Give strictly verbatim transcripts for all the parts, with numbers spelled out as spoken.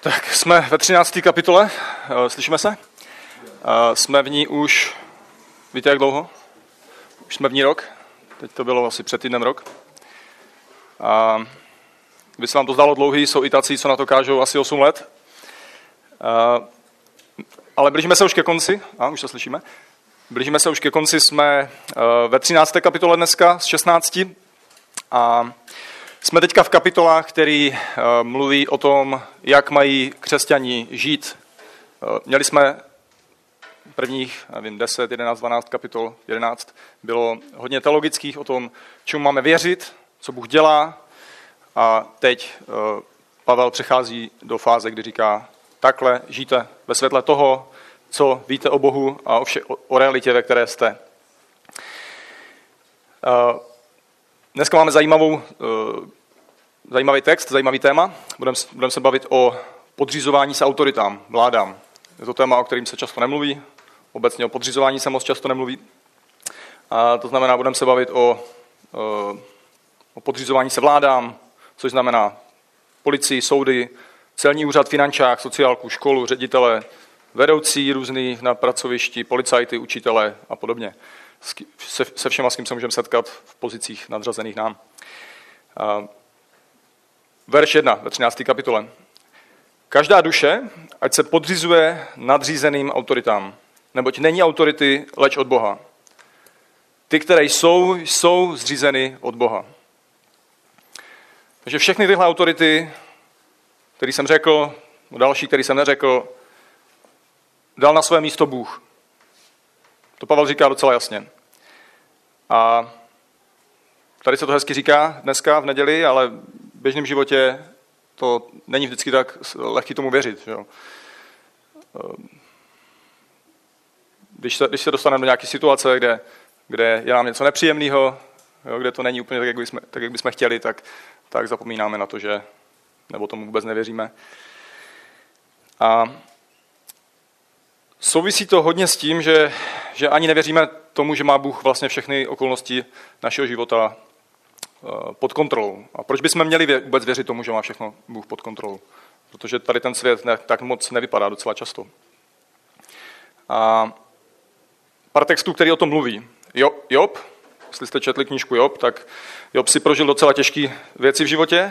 Tak jsme ve třinácté kapitole, slyšíme se? Jsme v ní už, víte jak dlouho? Už jsme v ní rok, teď to bylo asi před týdnem rok. A kdyby se vám to zdálo dlouhý, jsou i tací, co na to kážou asi osm let. Ale blížíme se už ke konci, a už to slyšíme. Blížíme se už ke konci, jsme ve třinácté kapitole dneska z šestnácti. A jsme teďka v kapitolách, který uh, mluví o tom, jak mají křesťani žít. Uh, měli jsme prvních, nevím, deset, jedenáct, dvanáct kapitol, jedenáct, bylo hodně teologických o tom, čemu máme věřit, co Bůh dělá. A teď uh, Pavel přechází do fáze, kdy říká, takhle žijte ve světle toho, co víte o Bohu a o, vše, o, o realitě, ve které jste. Uh, Dneska máme zajímavou, zajímavý text, zajímavý téma. Budeme budem se bavit o podřizování se autoritám, vládám. Je to téma, o kterém se často nemluví. Obecně o podřizování se moc často nemluví. A to znamená, budeme se bavit o, o podřizování se vládám, což znamená policii, soudy, celní úřad, finančák, sociálku, školu, ředitele, vedoucí různých na pracovišti, policajty, učitele a podobně. Se, se všema, s kým se můžeme setkat v pozicích nadřazených nám. Uh, verš jedna ve třinácté kapitole. Každá duše, ať se podřizuje nadřízeným autoritám, neboť není autority, leč od Boha. Ty, které jsou, jsou zřízeny od Boha. Takže všechny tyhle autority, které jsem řekl, další, který jsem neřekl, dal na své místo Bůh. To Pavel říká docela jasně. A tady se to hezky říká dneska v neděli, ale v běžném životě to není vždycky tak lehký tomu věřit. Jo. Když se, když se dostaneme do nějaké situace, kde, kde je nám něco nepříjemného, jo, kde to není úplně tak, jak bychom, tak, jak bychom chtěli, tak, tak zapomínáme na to, že nebo tomu vůbec nevěříme. A souvisí to hodně s tím, že, že ani nevěříme tomu, že má Bůh vlastně všechny okolnosti našeho života pod kontrolou. A proč bychom měli vě, vůbec věřit tomu, že má všechno Bůh pod kontrolou? Protože tady ten svět ne, tak moc nevypadá docela často. A pár textů, který o tom mluví. Jo, Job, jestli jste četli knížku Job, tak Job si prožil docela těžké věci v životě.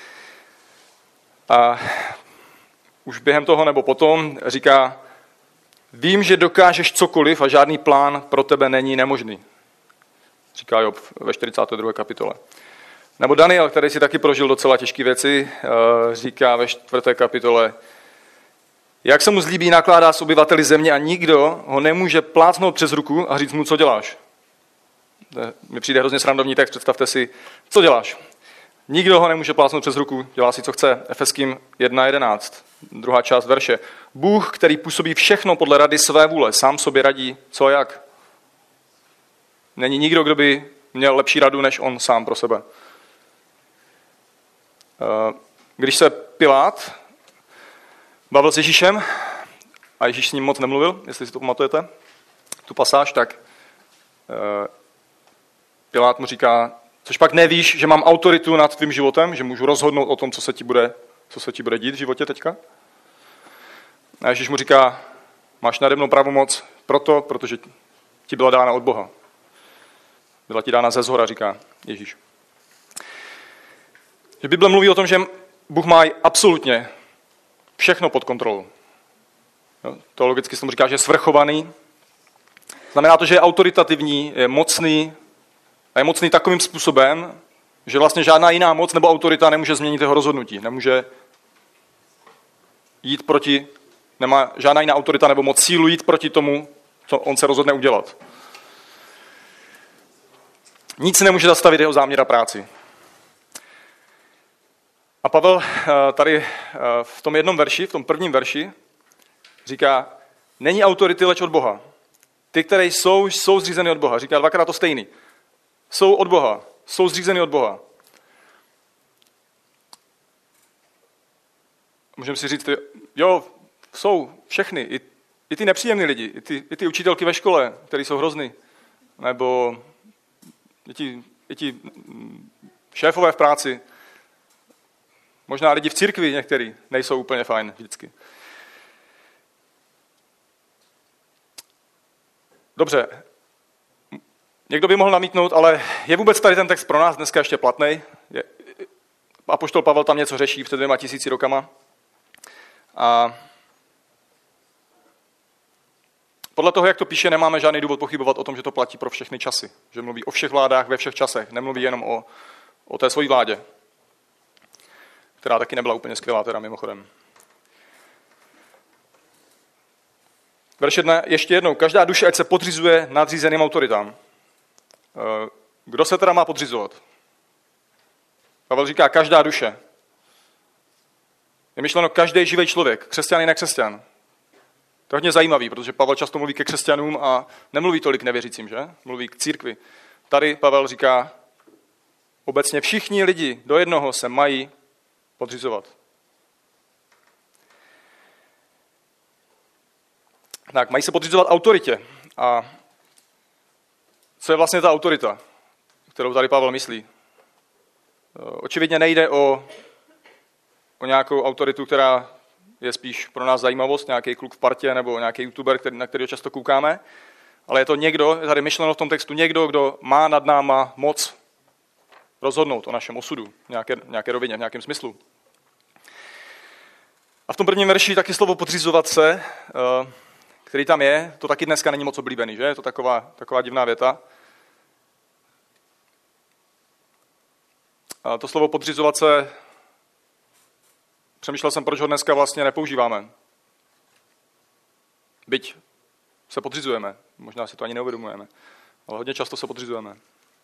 A už během toho nebo potom říká, vím, že dokážeš cokoliv a žádný plán pro tebe není nemožný. Říká Job ve čtyřicáté druhé kapitole. Nebo Daniel, který si taky prožil docela těžké věci, říká ve čtvrté kapitole, jak se mu zlíbí nakládá s obyvateli země a nikdo ho nemůže plácnout přes ruku a říct mu, co děláš. Mi přijde hrozně srandovní text, představte si, co děláš. Nikdo ho nemůže plácnout přes ruku, dělá si, co chce. Efeským jedna jedenáct, druhá část verše. Bůh, který působí všechno podle rady své vůle, sám sobě radí, co a jak. Není nikdo, kdo by měl lepší radu, než on sám pro sebe. Když se Pilát bavil s Ježíšem, a Ježíš s ním moc nemluvil, jestli si to pamatujete, tu pasáž, tak Pilát mu říká, což pak nevíš, že mám autoritu nad tvým životem, že můžu rozhodnout o tom, co se ti bude, co se ti bude dít v životě teďka. A Ježíš mu říká, máš nade mnou pravomoc proto, protože ti byla dána od Boha. Byla ti dána ze zhora, říká Ježíš. Že Bible mluví o tom, že Bůh má absolutně všechno pod kontrolou. Jo, teologicky se tomu říká, že je svrchovaný. Znamená to, že je autoritativní, je mocný, a je mocný takovým způsobem, že vlastně žádná jiná moc nebo autorita nemůže změnit jeho rozhodnutí. Nemůže jít proti, nemá žádná jiná autorita nebo moc sílu jít proti tomu, co on se rozhodne udělat. Nic nemůže zastavit jeho záměr a práci. A Pavel tady v tom jednom verši, v tom prvním verši, říká, není autority, leč od Boha. Ty, které jsou, jsou zřízeny od Boha. Říká dvakrát to stejný. Jsou od Boha, jsou zřízeny od Boha. Můžeme si říct, jo, jsou všechny, i, i ty nepříjemní lidi, i ty, i ty učitelky ve škole, které jsou hrozný, nebo i ti, i ti šéfové v práci. Možná lidi v církvi některý nejsou úplně fajn vždycky. Dobře. Někdo by mohl namítnout, ale je vůbec tady ten text pro nás dneska ještě platnej? Je, apoštol Pavel tam něco řeší před dvěma tisíci rokama. A podle toho, jak to píše, nemáme žádný důvod pochybovat o tom, že to platí pro všechny časy. Že mluví o všech vládách ve všech časech. Nemluví jenom o, o té svojí vládě, která taky nebyla úplně skvělá, teda mimochodem. Verš jedna, ještě jednou. Každá duše, ať se podřizuje nadřízeným autoritám. Kdo se teda má podřizovat? Pavel říká každá duše. Je myšleno každý živý člověk, křesťan i nekřesťan. To je hodně zajímavý, protože Pavel často mluví ke křesťanům a nemluví tolik nevěřícím, že? Mluví k církvi. Tady Pavel říká, obecně všichni lidi do jednoho se mají podřizovat. Tak, mají se podřizovat autoritě. A co je vlastně ta autorita, kterou tady Pavel myslí? Očividně nejde o, o nějakou autoritu, která je spíš pro nás zajímavost, nějaký kluk v partě nebo nějaký youtuber, který, na kterého často koukáme, ale je to někdo, je tady myšleno v tom textu někdo, kdo má nad náma moc rozhodnout o našem osudu v nějaké, nějaké rovině, v nějakém smyslu. A v tom prvním verši taky slovo podřizovat se, který tam je, to taky dneska není moc oblíbený, že? Je to taková, taková divná věta. A to slovo podřizovat se, přemýšlel jsem, proč ho dneska vlastně nepoužíváme. Byť se podřizujeme, možná si to ani neuvědomujeme, ale hodně často se podřizujeme.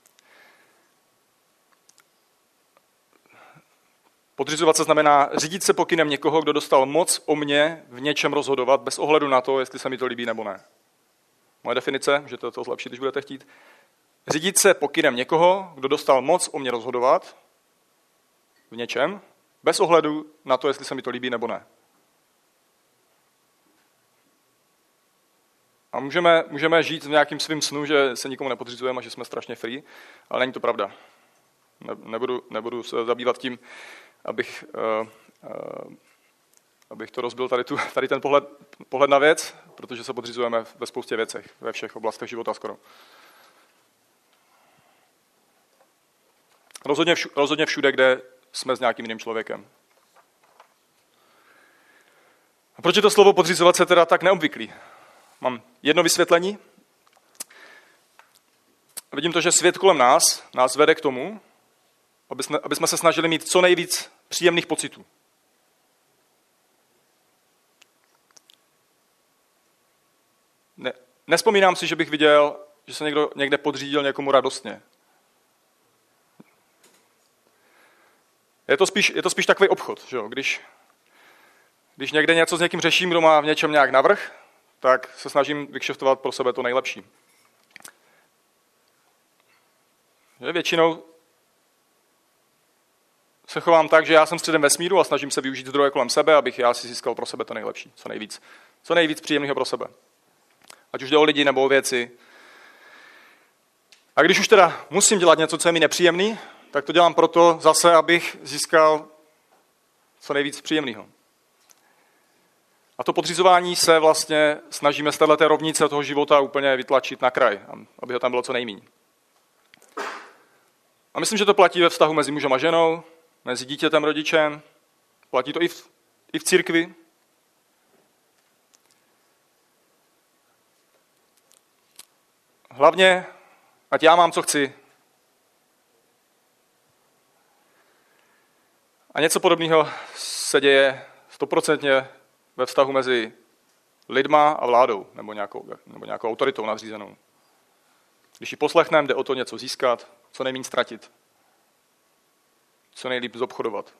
Podřizovat se znamená řídit se pokynem někoho, kdo dostal moc o mě v něčem rozhodovat, bez ohledu na to, jestli se mi to líbí nebo ne. Moje definice, můžete to zlepšit, když budete chtít. Řídit se pokynem někoho, kdo dostal moc o mě rozhodovat v něčem, bez ohledu na to, jestli se mi to líbí nebo ne. A můžeme, můžeme žít v nějakým svým snu, že se nikomu nepodřizujeme a že jsme strašně free, ale není to pravda. Ne, nebudu, nebudu se zabývat tím, abych, uh, uh, abych to rozbil tady, tu, tady ten pohled, pohled na věc, protože se podřizujeme ve spoustě věcech, ve všech oblastech života skoro. Rozhodně, všu, rozhodně všude, kde jsme s nějakým jiným člověkem. A proč je to slovo podřizovat se teda tak neobvyklý? Mám jedno vysvětlení. Vidím to, že svět kolem nás nás vede k tomu, aby jsme, aby jsme se snažili mít co nejvíc příjemných pocitů. Ne, nespomínám si, že bych viděl, že se někdo někde podřídil někomu radostně. Je to spíš, je to spíš takový obchod, že jo? Když, když někde něco s někým řeším, kdo má v něčem nějak navrch, tak se snažím vykšeftovat pro sebe to nejlepší. Že většinou se chovám tak, že já jsem středem vesmíru a snažím se využít zdroje kolem sebe, abych já si získal pro sebe to nejlepší, co nejvíc. Co nejvíc příjemného pro sebe. Ať už jde o lidi nebo o věci. A když už teda musím dělat něco, co je mi nepříjemný, tak to dělám proto zase, abych získal co nejvíc příjemného. A to podřizování se vlastně snažíme z této rovnice toho života úplně vytlačit na kraj, aby ho tam bylo co nejméně. A myslím, že to platí ve vztahu mezi mužem a ženou, mezi dítětem a rodičem, platí to i v, i v církvi. Hlavně, ať já mám, co chci. A něco podobného se děje stoprocentně ve vztahu mezi lidma a vládou, nebo nějakou, nebo nějakou autoritou nadřízenou. Když ji poslechneme, jde o to něco získat, co nejméně ztratit, co nejlíp zobchodovat.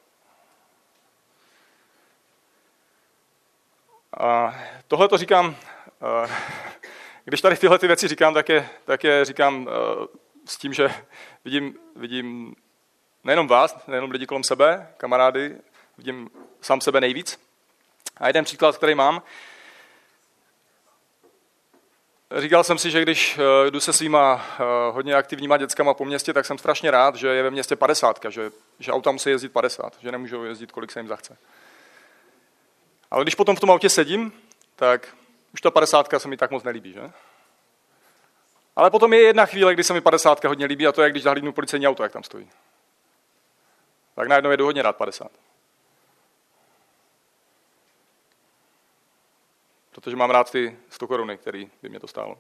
A tohle to říkám, když tady tyhle ty věci říkám, tak je, tak je říkám s tím, že vidím, vidím nejenom vás, nejenom lidi kolem sebe, kamarády, vidím sám sebe nejvíc. A jeden příklad, který mám, říkal jsem si, že když jdu se svýma hodně aktivníma dětskama po městě, tak jsem strašně rád, že je ve městě padesátka, že, že auta musí jezdit padesát, že nemůžou jezdit, kolik se jim zachce. Ale když potom v tom autě sedím, tak už ta padesátka se mi tak moc nelíbí, že? Ale potom je jedna chvíle, kdy se mi padesátka hodně líbí, a to je, když zahlídnu policejní auto, jak tam stojí. Tak najednou jedu hodně rád padesát. Protože mám rád ty sto koruny, který by mě to stálo.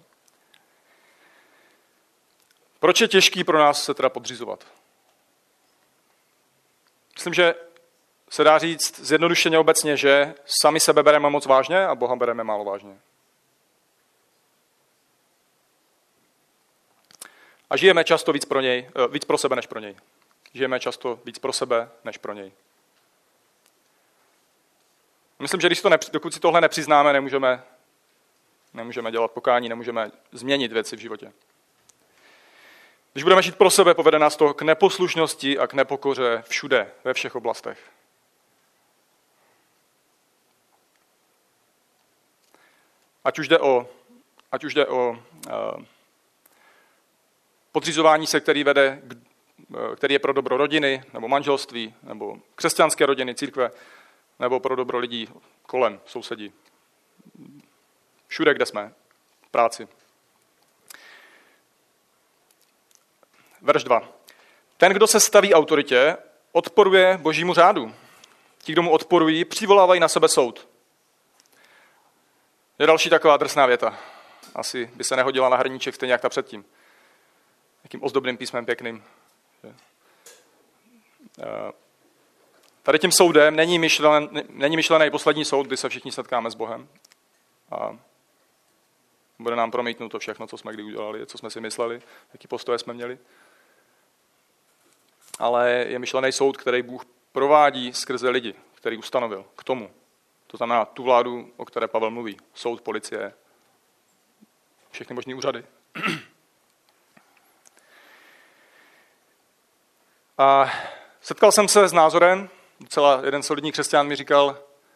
Proč je těžký pro nás se teda podřizovat? Myslím, že se dá říct zjednodušeně obecně, že sami sebe bereme moc vážně a Boha bereme málo vážně. A žijeme často víc pro něj, víc pro sebe než pro něj. Žijeme často víc pro sebe než pro něj. Myslím, že když to nepři, dokud si tohle nepřiznáme, nemůžeme, nemůžeme dělat pokání, nemůžeme změnit věci v životě. Když budeme žít pro sebe, povede nás to k neposlušnosti a k nepokoře všude, ve všech oblastech. Ať už jde o, ať už jde o uh, podřizování se, který vede, který je pro dobro rodiny, nebo manželství, nebo křesťanské rodiny, církve, nebo pro dobro lidí kolem, sousedí. Všude, kde jsme, v práci. Verš dva. Ten, kdo se staví autoritě, odporuje božímu řádu. Ti, kdo mu odporují, přivolávají na sebe soud. Je další taková drsná věta. Asi by se nehodila na hrníček stejně jak ta předtím. Jakým ozdobným písmem pěkným. Tady tím soudem není, myšlen, není myšlený poslední soud, kdy se všichni setkáme s Bohem. A bude nám promítnuto všechno, co jsme kdy udělali, co jsme si mysleli, jaký postoje jsme měli. Ale je myšlený soud, který Bůh provádí skrze lidi, který ustanovil k tomu. To znamená tu vládu, o které Pavel mluví. Soud, policie, všechny možný úřady. A setkal jsem se s názorem, docela jeden solidní křesťan mi říkal,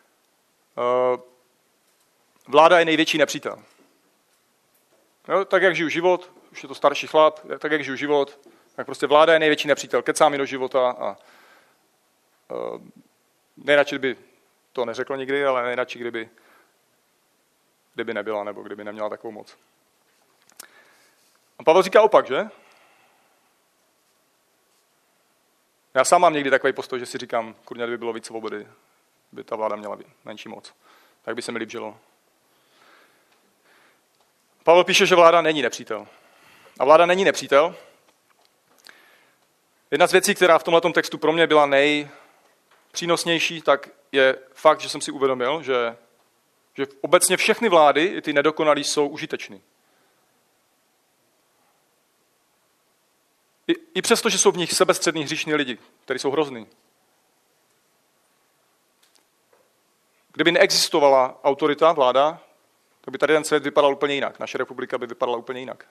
vláda je největší nepřítel. Jo, tak jak žiju život, už je to starší chlap, tak jak žiju život, tak prostě vláda je největší nepřítel, kecá mi do života a uh, nejradši by to neřekl nikdy, ale nejradši kdyby, kdyby nebyla nebo kdyby neměla takovou moc. A Pavel říká opak, že? Já sám mám někdy takový postoj, že si říkám, kurňa, kdyby bylo víc svobody, by ta vláda měla menší moc. Tak by se mi líp žilo. Pavel píše, že vláda není nepřítel. A vláda není nepřítel. Jedna z věcí, která v tomhletom textu pro mě byla nejpřínosnější, tak je fakt, že jsem si uvědomil, že, že obecně všechny vlády, i ty nedokonalý, jsou užitečný. I, I přesto, že jsou v nich sebestřední hříšní lidi, kteří jsou hrozný. Kdyby neexistovala autorita, vláda, tak by tady ten svět vypadal úplně jinak. Naše republika by vypadala úplně jinak.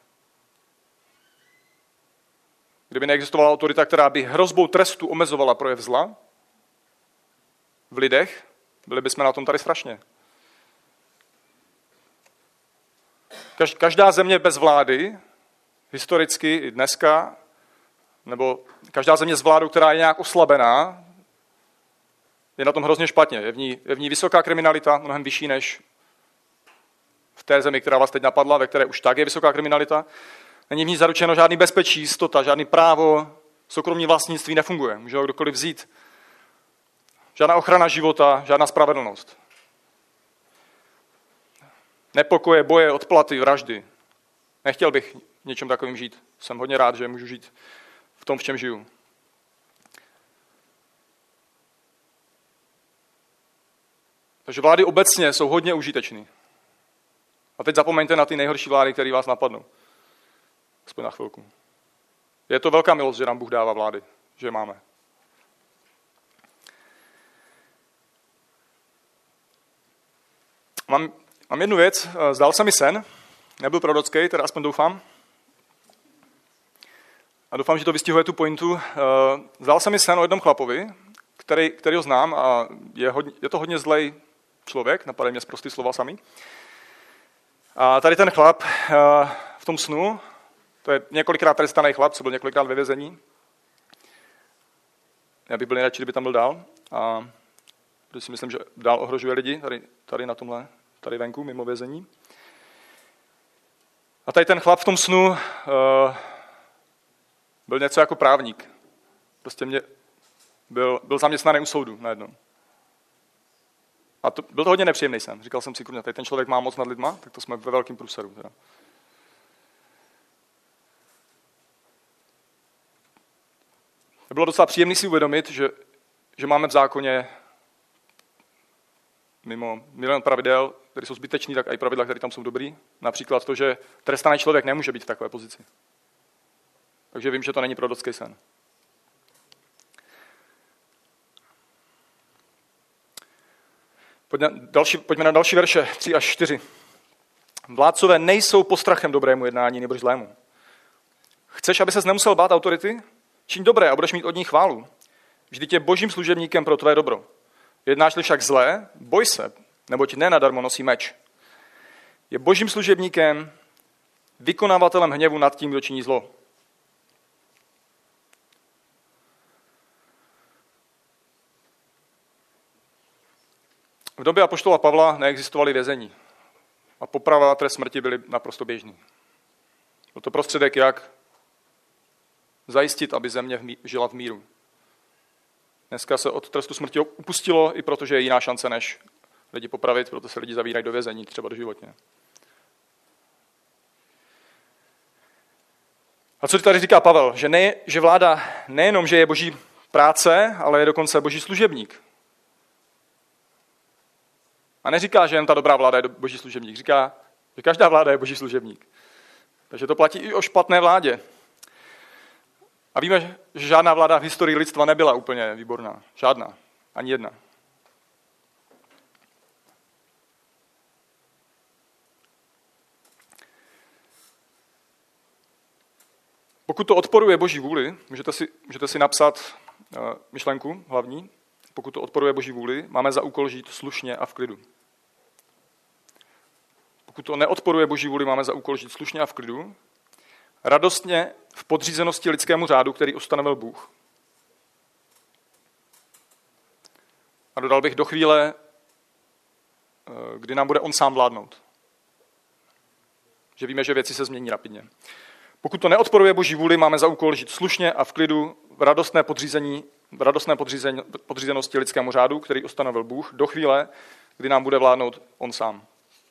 Kdyby neexistovala autorita, která by hrozbou trestu omezovala projev zla v lidech, byli bychom na tom tady strašně. Každá země bez vlády, historicky i dneska, nebo každá země s vládou, která je nějak oslabená, je na tom hrozně špatně. Je v ní, je v ní vysoká kriminalita, mnohem vyšší než v té zemi, která vás teď napadla, ve které už tak je vysoká kriminalita. Není v ní zaručeno žádný bezpečí, jistota, žádný právo, soukromí vlastnictví nefunguje. Může ho kdokoliv vzít. Žádná ochrana života, žádná spravedlnost. Nepokoje, boje, odplaty, vraždy. Nechtěl bych něčem takovým žít. Jsem hodně rád, že můžu žít v tom, v čem žiju. Takže vlády obecně jsou hodně užitečné. A teď zapomeňte na ty nejhorší vlády, které vás napadnou. Aspoň na chvilku. Je to velká milost, že nám Bůh dává vlády, že je máme. Mám, mám jednu věc. Zdál se mi sen. Nebyl prorocký, teda aspoň doufám. A doufám, že to vystihuje tu pointu. Zdál se mi sen o jednom chlapovi, který, který ho znám a je, hodně, je to hodně zlej člověk, napadají mě z prostý slova sami. A tady ten chlap v tom snu, to je několikrát trestaný chlap, co byl několikrát ve vězení. Já bych byl nejradši, kdyby tam byl dál. A protože si myslím, že dál ohrožuje lidi tady, tady na tomhle, tady venku, mimo vězení. A tady ten chlap v tom snu uh, byl něco jako právník. Prostě mě byl, byl zaměstnaný u soudu najednou. A to, byl to hodně nepříjemný sen. Říkal jsem si, kurňa, tady ten člověk má moc nad lidma, tak to jsme ve velkém průseru. Teda. Bylo docela příjemné si uvědomit, že, že máme v zákoně mimo milion pravidel, které jsou zbytečný, tak i pravidla, které tam jsou dobrý. Například to, že trestaný člověk nemůže být v takové pozici. Takže vím, že to není prorocký sen. Pojďme, další, pojďme na další verše, tři až čtyři. Vládcové nejsou postrachem dobrému jednání nebo zlému. Chceš, aby ses nemusel bát autority? Čiň dobré a budeš mít od ní chválu. Vždyť je božím služebníkem pro tvé dobro. Jednáš-li však zlé, boj se, neboť nenadarmo nosí meč. Je božím služebníkem, vykonávatelem hněvu nad tím, kdo činí zlo. V době apoštola Pavla neexistovaly vězení a poprava a trest smrti byly naprosto běžný. Byl to prostředek, jak zajistit, aby země žila v míru. Dneska se od trestu smrti upustilo, i protože je jiná šance, než lidi popravit, proto se lidi zavírají do vězení, třeba doživotně. A co tady říká Pavel? Že, ne, že vláda nejenom, že je boží práce, ale je dokonce boží služebník. A neříká, že jen ta dobrá vláda je boží služebník. Říká, že každá vláda je boží služebník. Takže to platí i o špatné vládě. A víme, že žádná vláda v historii lidstva nebyla úplně výborná. Žádná. Ani jedna. Pokud to odporuje boží vůli, můžete si, můžete si napsat uh, myšlenku hlavní, pokud to odporuje boží vůli, máme za úkol žít slušně a v klidu. Pokud to neodporuje boží vůli, máme za úkol žít slušně a v klidu, radostně v podřízenosti lidskému řádu, který ustanovil Bůh. A dodal bych do chvíle, kdy nám bude on sám vládnout. Že víme, že věci se změní rapidně. Pokud to neodporuje boží vůli, máme za úkol žít slušně a v klidu v radostné, podřízení, v radostné podřízení, podřízenosti lidskému řádu, který ustanovil Bůh, do chvíle, kdy nám bude vládnout on sám.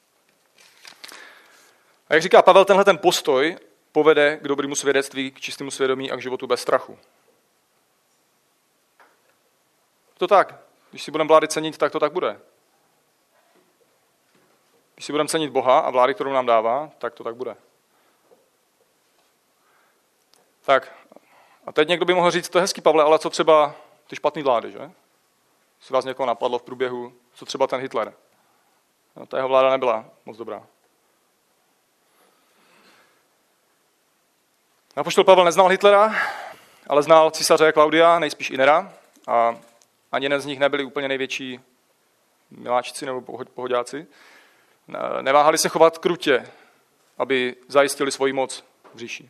A jak říká Pavel, tenhle ten postoj povede k dobrému svědectví, k čistému svědomí a k životu bez strachu. To tak. Když si budeme vlády cenit, tak to tak bude. Když si budeme cenit Boha a vlády, kterou nám dává, tak to tak bude. Tak. A teď někdo by mohl říct, to je hezký, Pavle, ale co třeba ty špatný vlády, že? Si vás někoho napadlo v průběhu, co třeba ten Hitler. No, ta jeho vláda nebyla moc dobrá. Apoštol Pavel neznal Hitlera, ale znal císaře Klaudia, nejspíš i Nera, a ani jeden z nich nebyli úplně největší miláčci nebo pohodáci. Neváhali se chovat krutě, aby zajistili svoji moc v říši.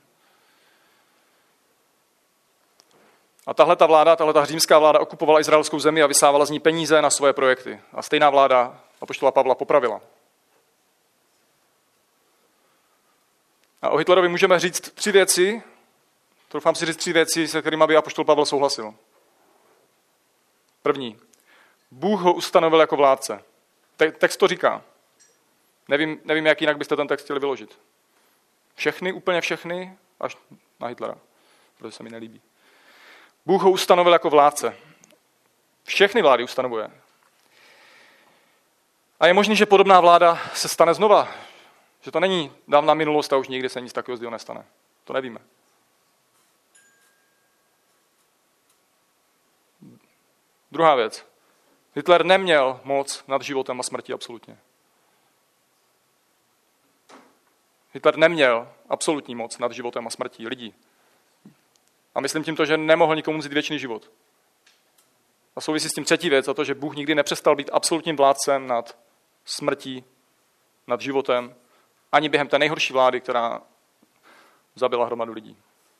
A tahle ta vláda, tahle ta římská vláda okupovala izraelskou zemi a vysávala z ní peníze na svoje projekty. A stejná vláda apoštola Pavla popravila. A o Hitlerovi můžeme říct tři věci, doufám si říct tři věci, se kterými by apoštol Pavel souhlasil. První. Bůh ho ustanovil jako vládce. Te- text to říká. Nevím, nevím, jak jinak byste ten text chtěli vyložit. Všechny, úplně všechny, až na Hitlera, protože se mi nelíbí. Bůh ho ustanovil jako vládce. Všechny vlády ustanovuje. A je možné, že podobná vláda se stane znova. Že to není dávná minulost a už nikdy se nic takového zde nestane. To nevíme. Druhá věc. Hitler neměl moc nad životem a smrtí absolutně. Hitler neměl absolutní moc nad životem a smrtí lidí. A myslím tím to, že nemohl nikomu vzít věčný život. A souvisí s tím třetí věc, a to, že Bůh nikdy nepřestal být absolutním vládcem nad smrtí, nad životem Ani během té nejhorší vlády, která zabila hromadu lidí.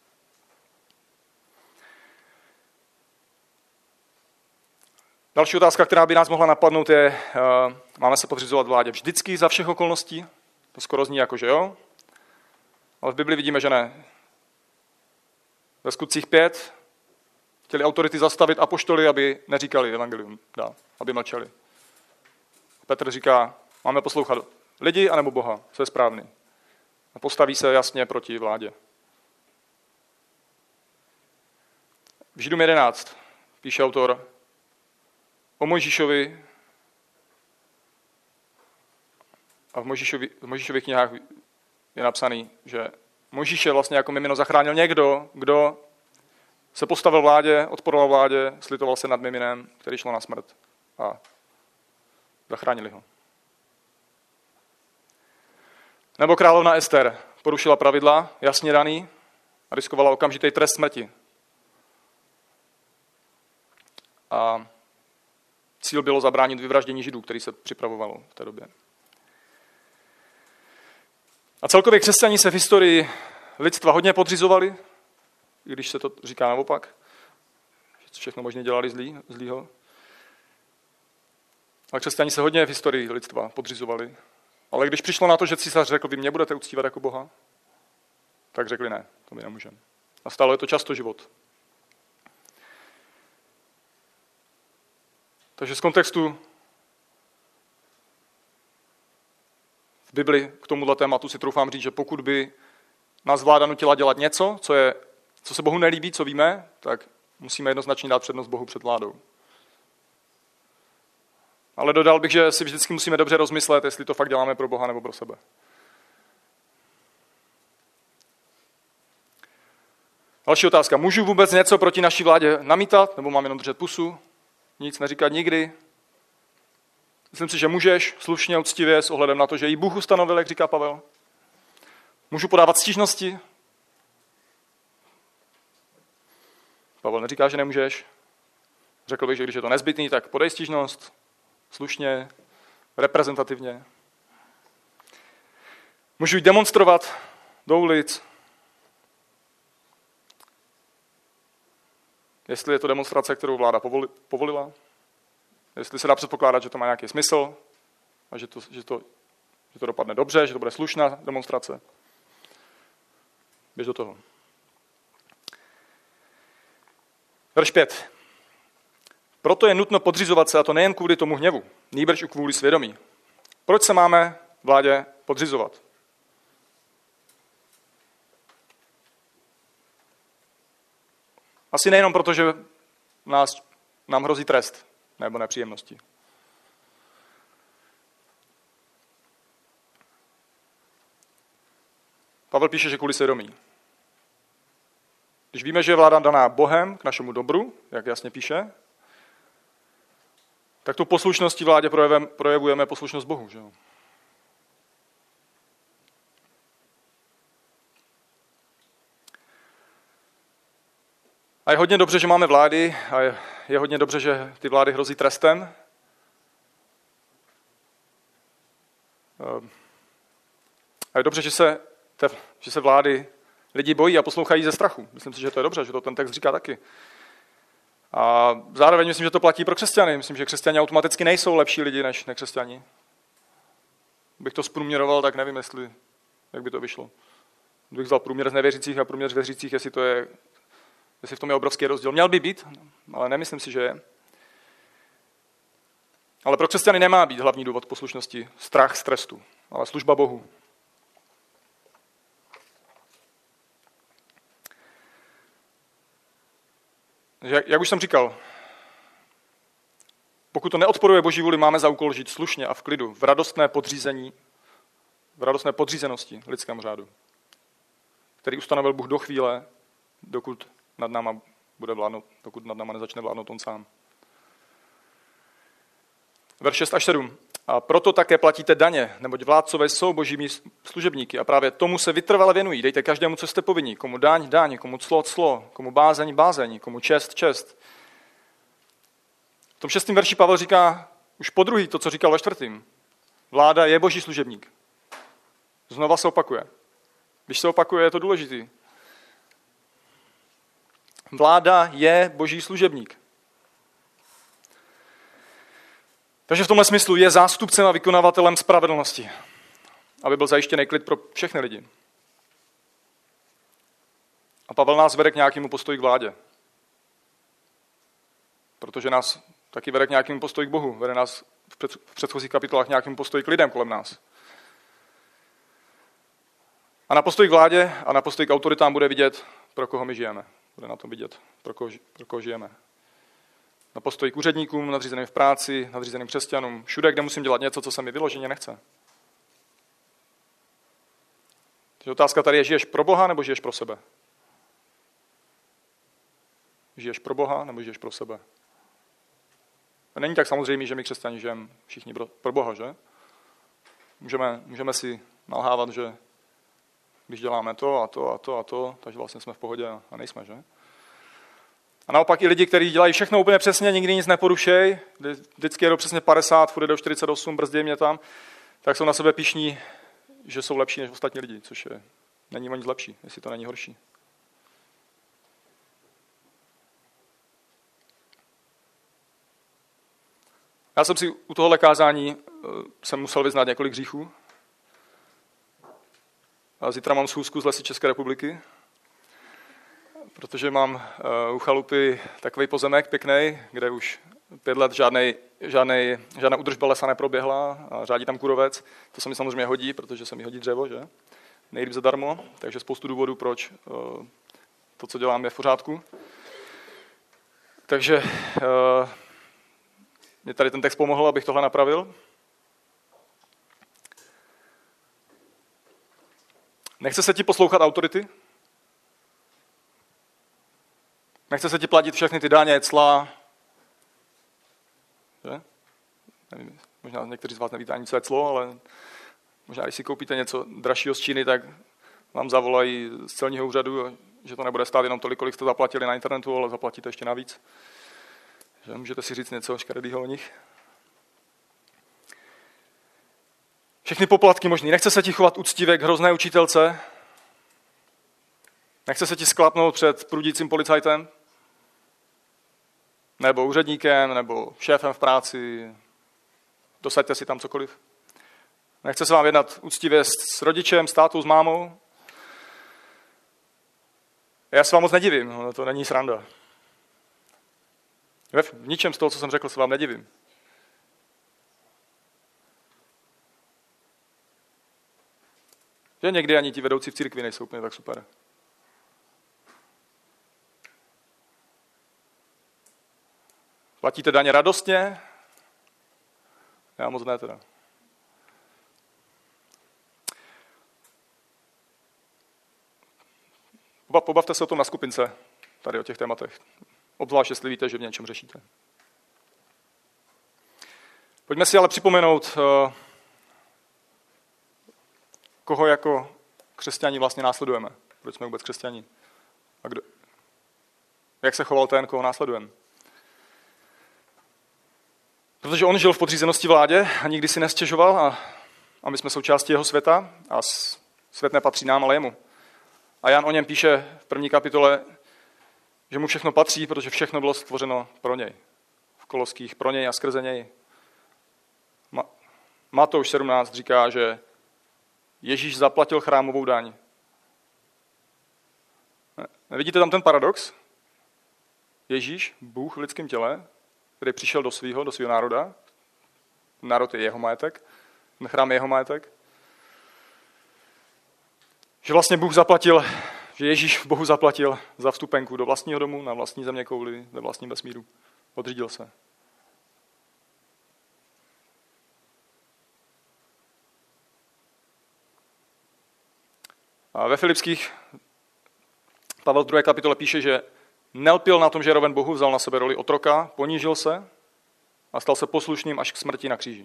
Další otázka, která by nás mohla napadnout, je, uh, máme se podřizovat vládě vždycky za všech okolností? To skoro zní jako, že jo. Ale v Bibli vidíme, že ne. Ve Skutcích pět chtěli autority zastavit apoštoly, aby neříkali evangelium dál, aby mlčeli. Petr říká, máme poslouchat lidi anebo Boha, co je správný. A postaví se jasně proti vládě. V Židům jedenáct píše autor o Mojžíšovi a v, Mojžíšovi, v Mojžíšových knihách je napsaný, že Mojžíše vlastně jako mimino zachránil někdo, kdo se postavil vládě, odporoval vládě, slitoval se nad miminem, který šlo na smrt a zachránili ho. Nebo královna Ester porušila pravidla, jasně daný, a riskovala okamžitý trest smrti. A cíl bylo zabránit vyvraždění Židů, který se připravovalo v té době. A celkově křesťané se v historii lidstva hodně podřizovali, i když se to říká naopak, že všechno možně dělali zlý, zlýho. Ale křesťané se hodně v historii lidstva podřizovali. Ale když přišlo na to, že císař řekl, vy mě budete uctívat jako Boha, tak řekli ne, to my nemůžeme. A stalo je to často život. Takže z kontextu v Bibli k tomuto tématu si troufám říct, že pokud by nás vláda nutila dělat něco, co, je, co se Bohu nelíbí, co víme, tak musíme jednoznačně dát přednost Bohu před vládou. Ale dodal bych, že si vždycky musíme dobře rozmyslet, jestli to fakt děláme pro Boha nebo pro sebe. Další otázka. Můžu vůbec něco proti naší vládě namítat, nebo mám jenom držet pusu? Nic neříkat nikdy? Myslím si, že můžeš slušně, uctivě, s ohledem na to, že ji Bůh ustanovil, jak říká Pavel. Můžu podávat stížnosti? Pavel neříká, že nemůžeš. Řekl bych, že když je to nezbytný, tak podej stížnost. Slušně, reprezentativně. Můžu jít demonstrovat do ulic. Jestli je to demonstrace, kterou vláda povolila. Jestli se dá předpokládat, že to má nějaký smysl a že to, že to, že to dopadne dobře, že to bude slušná demonstrace. Běž do toho. Verš pět. Proto je nutno podřizovat se, a to nejen kvůli tomu hněvu, nýbrž i kvůli svědomí. Proč se máme vládě podřizovat? Asi nejenom proto, že nás, nám hrozí trest nebo nepříjemnosti. Pavel píše, že kvůli svědomí. Když víme, že je vláda daná Bohem k našemu dobru, jak jasně píše, tak tu poslušností vládě projevujeme poslušnost Bohu. Že? A je hodně dobře, že máme vlády a je, je hodně dobře, že ty vlády hrozí trestem. A je dobře, že se, te, že se vlády lidi bojí a poslouchají ze strachu. Myslím si, že to je dobře, že to ten text říká taky. A zároveň myslím, že to platí pro křesťany. Myslím, že křesťani automaticky nejsou lepší lidi než nekřesťani. Bych to zprůměroval, tak nevím, jestli, jak by to vyšlo. Kdybych vzal průměr z nevěřících a průměr z věřících, jestli, to je, jestli v tom je obrovský rozdíl. Měl by být, ale nemyslím si, že je. Ale pro křesťany nemá být hlavní důvod poslušnosti strach z trestu, ale služba Bohu. Jak, jak už jsem říkal, pokud to neodporuje Boží vůli, máme za úkol žít slušně a v klidu, v radostné podřízení, v radostné podřízenosti lidskému řádu, který ustanovil Bůh do chvíle, dokud nad náma bude vládnout, dokud nad náma nezačne vládnout on sám. Verš šest až sedm. A proto také platíte daně, neboť vládcové jsou božími služebníky a právě tomu se vytrvale věnují. Dejte každému, co jste povinní. Komu daň, daň, komu clo, clo, komu bázeň, bázeň, komu čest, čest. V tom šestém verši Pavel říká už po druhý to, co říkal ve čtvrtým. Vláda je boží služebník. Znova se opakuje. Když se opakuje, je to důležitý. Vláda je boží služebník. Takže v tomhle smyslu je zástupcem a vykonavatelem spravedlnosti, aby byl zajištěný klid pro všechny lidi. A Pavel nás vede k nějakému postoji k vládě. Protože nás taky vede k nějakému postoji k Bohu. Vede nás v, před, v předchozích kapitolách k nějakému postoji k lidem kolem nás. A na postoji k vládě a na postoji k autoritám bude vidět, pro koho my žijeme. Bude na tom vidět, pro koho, pro koho žijeme. Na postoji k úředníkům, nadřízeným v práci, nadřízeným křesťanům. Všude, kde musím dělat něco, co se mi vyloženě nechce. Takže otázka tady je, žiješ pro Boha nebo žiješ pro sebe? Žiješ pro Boha nebo žiješ pro sebe? A není tak samozřejmě, že my křesťani žijeme všichni pro Boha, že? Můžeme, můžeme si nalhávat, že když děláme to a to a to a to, takže vlastně jsme v pohodě a nejsme, že? A naopak i lidi, kteří dělají všechno úplně přesně, nikdy nic neporušej, vždycky jedou přesně padesát, furt jedou čtyřicet osm, brzdí mě tam, tak jsou na sebe pyšní, že jsou lepší než ostatní lidi, což je, není o nic lepší, jestli to není horší. Já jsem si u tohohle kázání jsem musel vyznat několik hříchů. A zítra mám schůzku z Lesy České republiky, protože mám u chalupy takový pozemek pěkný, kde už pět let žádnej, žádnej, žádná údržba lesa neproběhla a řádí tam kurovec. To se mi samozřejmě hodí, protože se mi hodí dřevo, že? Nejlíp zadarmo, takže spoustu důvodů, proč to, co dělám, je v pořádku. Takže mě tady ten text pomohl, abych tohle napravil. Nechce se ti poslouchat autority? Nechce se ti platit všechny ty daně, cla? Že? Nevím, možná někteří z vás nevíte ani, co je clo, ale možná, když si koupíte něco dražšího z Číny, tak vám zavolají z celního úřadu, že to nebude stát jenom tolik, kolik jste zaplatili na internetu, ale zaplatíte ještě navíc. Že můžete si říct něco škaredýho o nich. Všechny poplatky možný. Nechce se ti chovat úctivě k hrozné učitelce? Nechce se ti sklapnout před prudícím policajtem? Nebo úředníkem, nebo šéfem v práci? Dosaďte si tam cokoliv. Nechce se vám jednat úctivě s rodičem, s tátou, s mámou? Já se vám moc nedivím, no, to není sranda. V ničem z toho, co jsem řekl, se vám nedivím. Že někdy ani ti vedoucí v církvi nejsou úplně tak super. Platíte daně radostně? Já moc ne teda. Pobavte se o tom na skupince, tady o těch tématech. Obzvlášť, jestli víte, že v něčem řešíte. Pojďme si ale připomenout, koho jako křesťani vlastně následujeme. Proč jsme vůbec křesťani? A kdo? Jak se choval ten, koho následujeme? Protože on žil v podřízenosti vládě a nikdy si nestěžoval a, a my jsme součástí jeho světa a svět nepatří nám, ale jemu. A Jan o něm píše v první kapitole, že mu všechno patří, protože všechno bylo stvořeno pro něj. V Koloských pro něj a skrze něj. Ma- Matouš sedmnáct říká, že Ježíš zaplatil chrámovou daň. Nevidíte tam ten paradox? Ježíš, Bůh v lidském těle, který přišel do svého, do svého národa. Národ je jeho majetek, ten chrám je jeho majetek. Že vlastně Bůh zaplatil, že Ježíš Bohu zaplatil za vstupenku do vlastního domu, na vlastní zeměkouli, ve vlastním vesmíru. Podřídil se. A ve Filipských Pavel v druhé kapitole píše, že nelpil na tom, že je roven Bohu, vzal na sebe roli otroka, ponížil se a stal se poslušným až k smrti na kříži.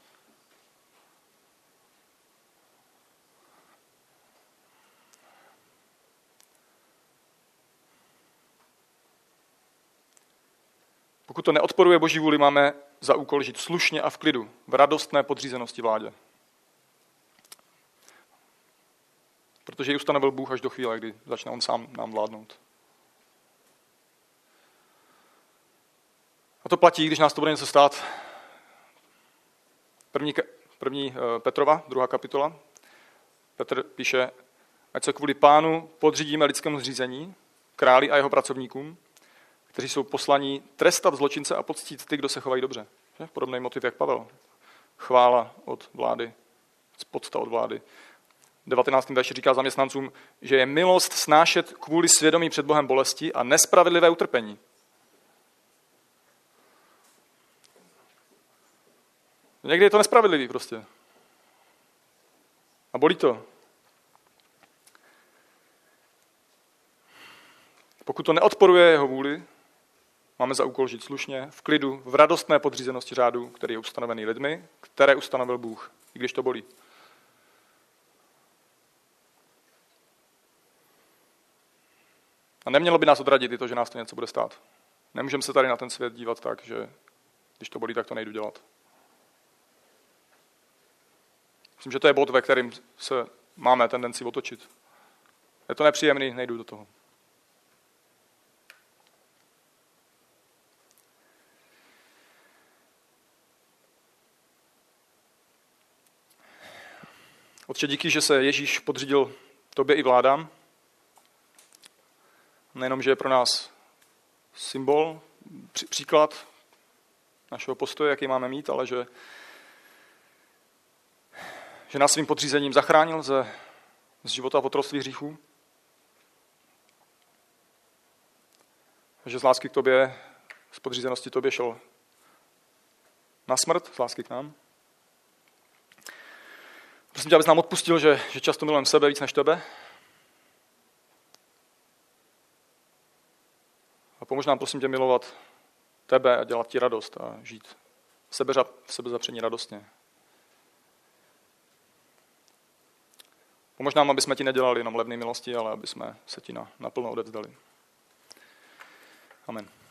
Pokud to neodporuje Boží vůli, máme za úkol žít slušně a v klidu, v radostné podřízenosti vládě. Protože ji ustanovil Bůh až do chvíle, kdy začne on sám nám vládnout. A to platí, když nás to bude něco stát. První, první Petrova, druhá kapitola. Petr píše, ať se kvůli Pánu podřídíme lidskému zřízení, králi a jeho pracovníkům, kteří jsou poslaní trestat zločince a poctít ty, kdo se chovají dobře. Podobný motiv jak Pavel. Chvála od vlády, podsta od vlády. devatenáctým verši říká zaměstnancům, že je milost snášet kvůli svědomí před Bohem bolesti a nespravedlivé utrpení. Někdy je to nespravedlivý prostě. A bolí to. Pokud to neodporuje jeho vůli, máme za úkol žít slušně, v klidu, v radostné podřízenosti řádu, který je ustanovený lidmi, které ustanovil Bůh, i když to bolí. A nemělo by nás odradit i to, že nás to něco bude stát. Nemůžeme se tady na ten svět dívat tak, že když to bolí, tak to nejdu dělat. Myslím, že to je bod, ve kterým se máme tendenci otočit. Je to nepříjemný, nejdu do toho. Otče, díky, že se Ježíš podřídil tobě i vládám. Nejenom, že je pro nás symbol, příklad našeho postoje, jaký máme mít, ale že, že nás svým podřízením zachránil ze, z života a otroctví hříchů. Že z lásky k tobě, z podřízenosti tobě šel na smrt, z lásky k nám. Prosím tě, abys nám odpustil, že, že často milujeme sebe víc než tebe. A pomož nám, prosím tě, milovat tebe a dělat ti radost a žít sebe, sebezapření radostně. Pomož nám, aby jsme ti nedělali jenom levné milosti, ale aby jsme se ti na, naplno odevzdali. Amen.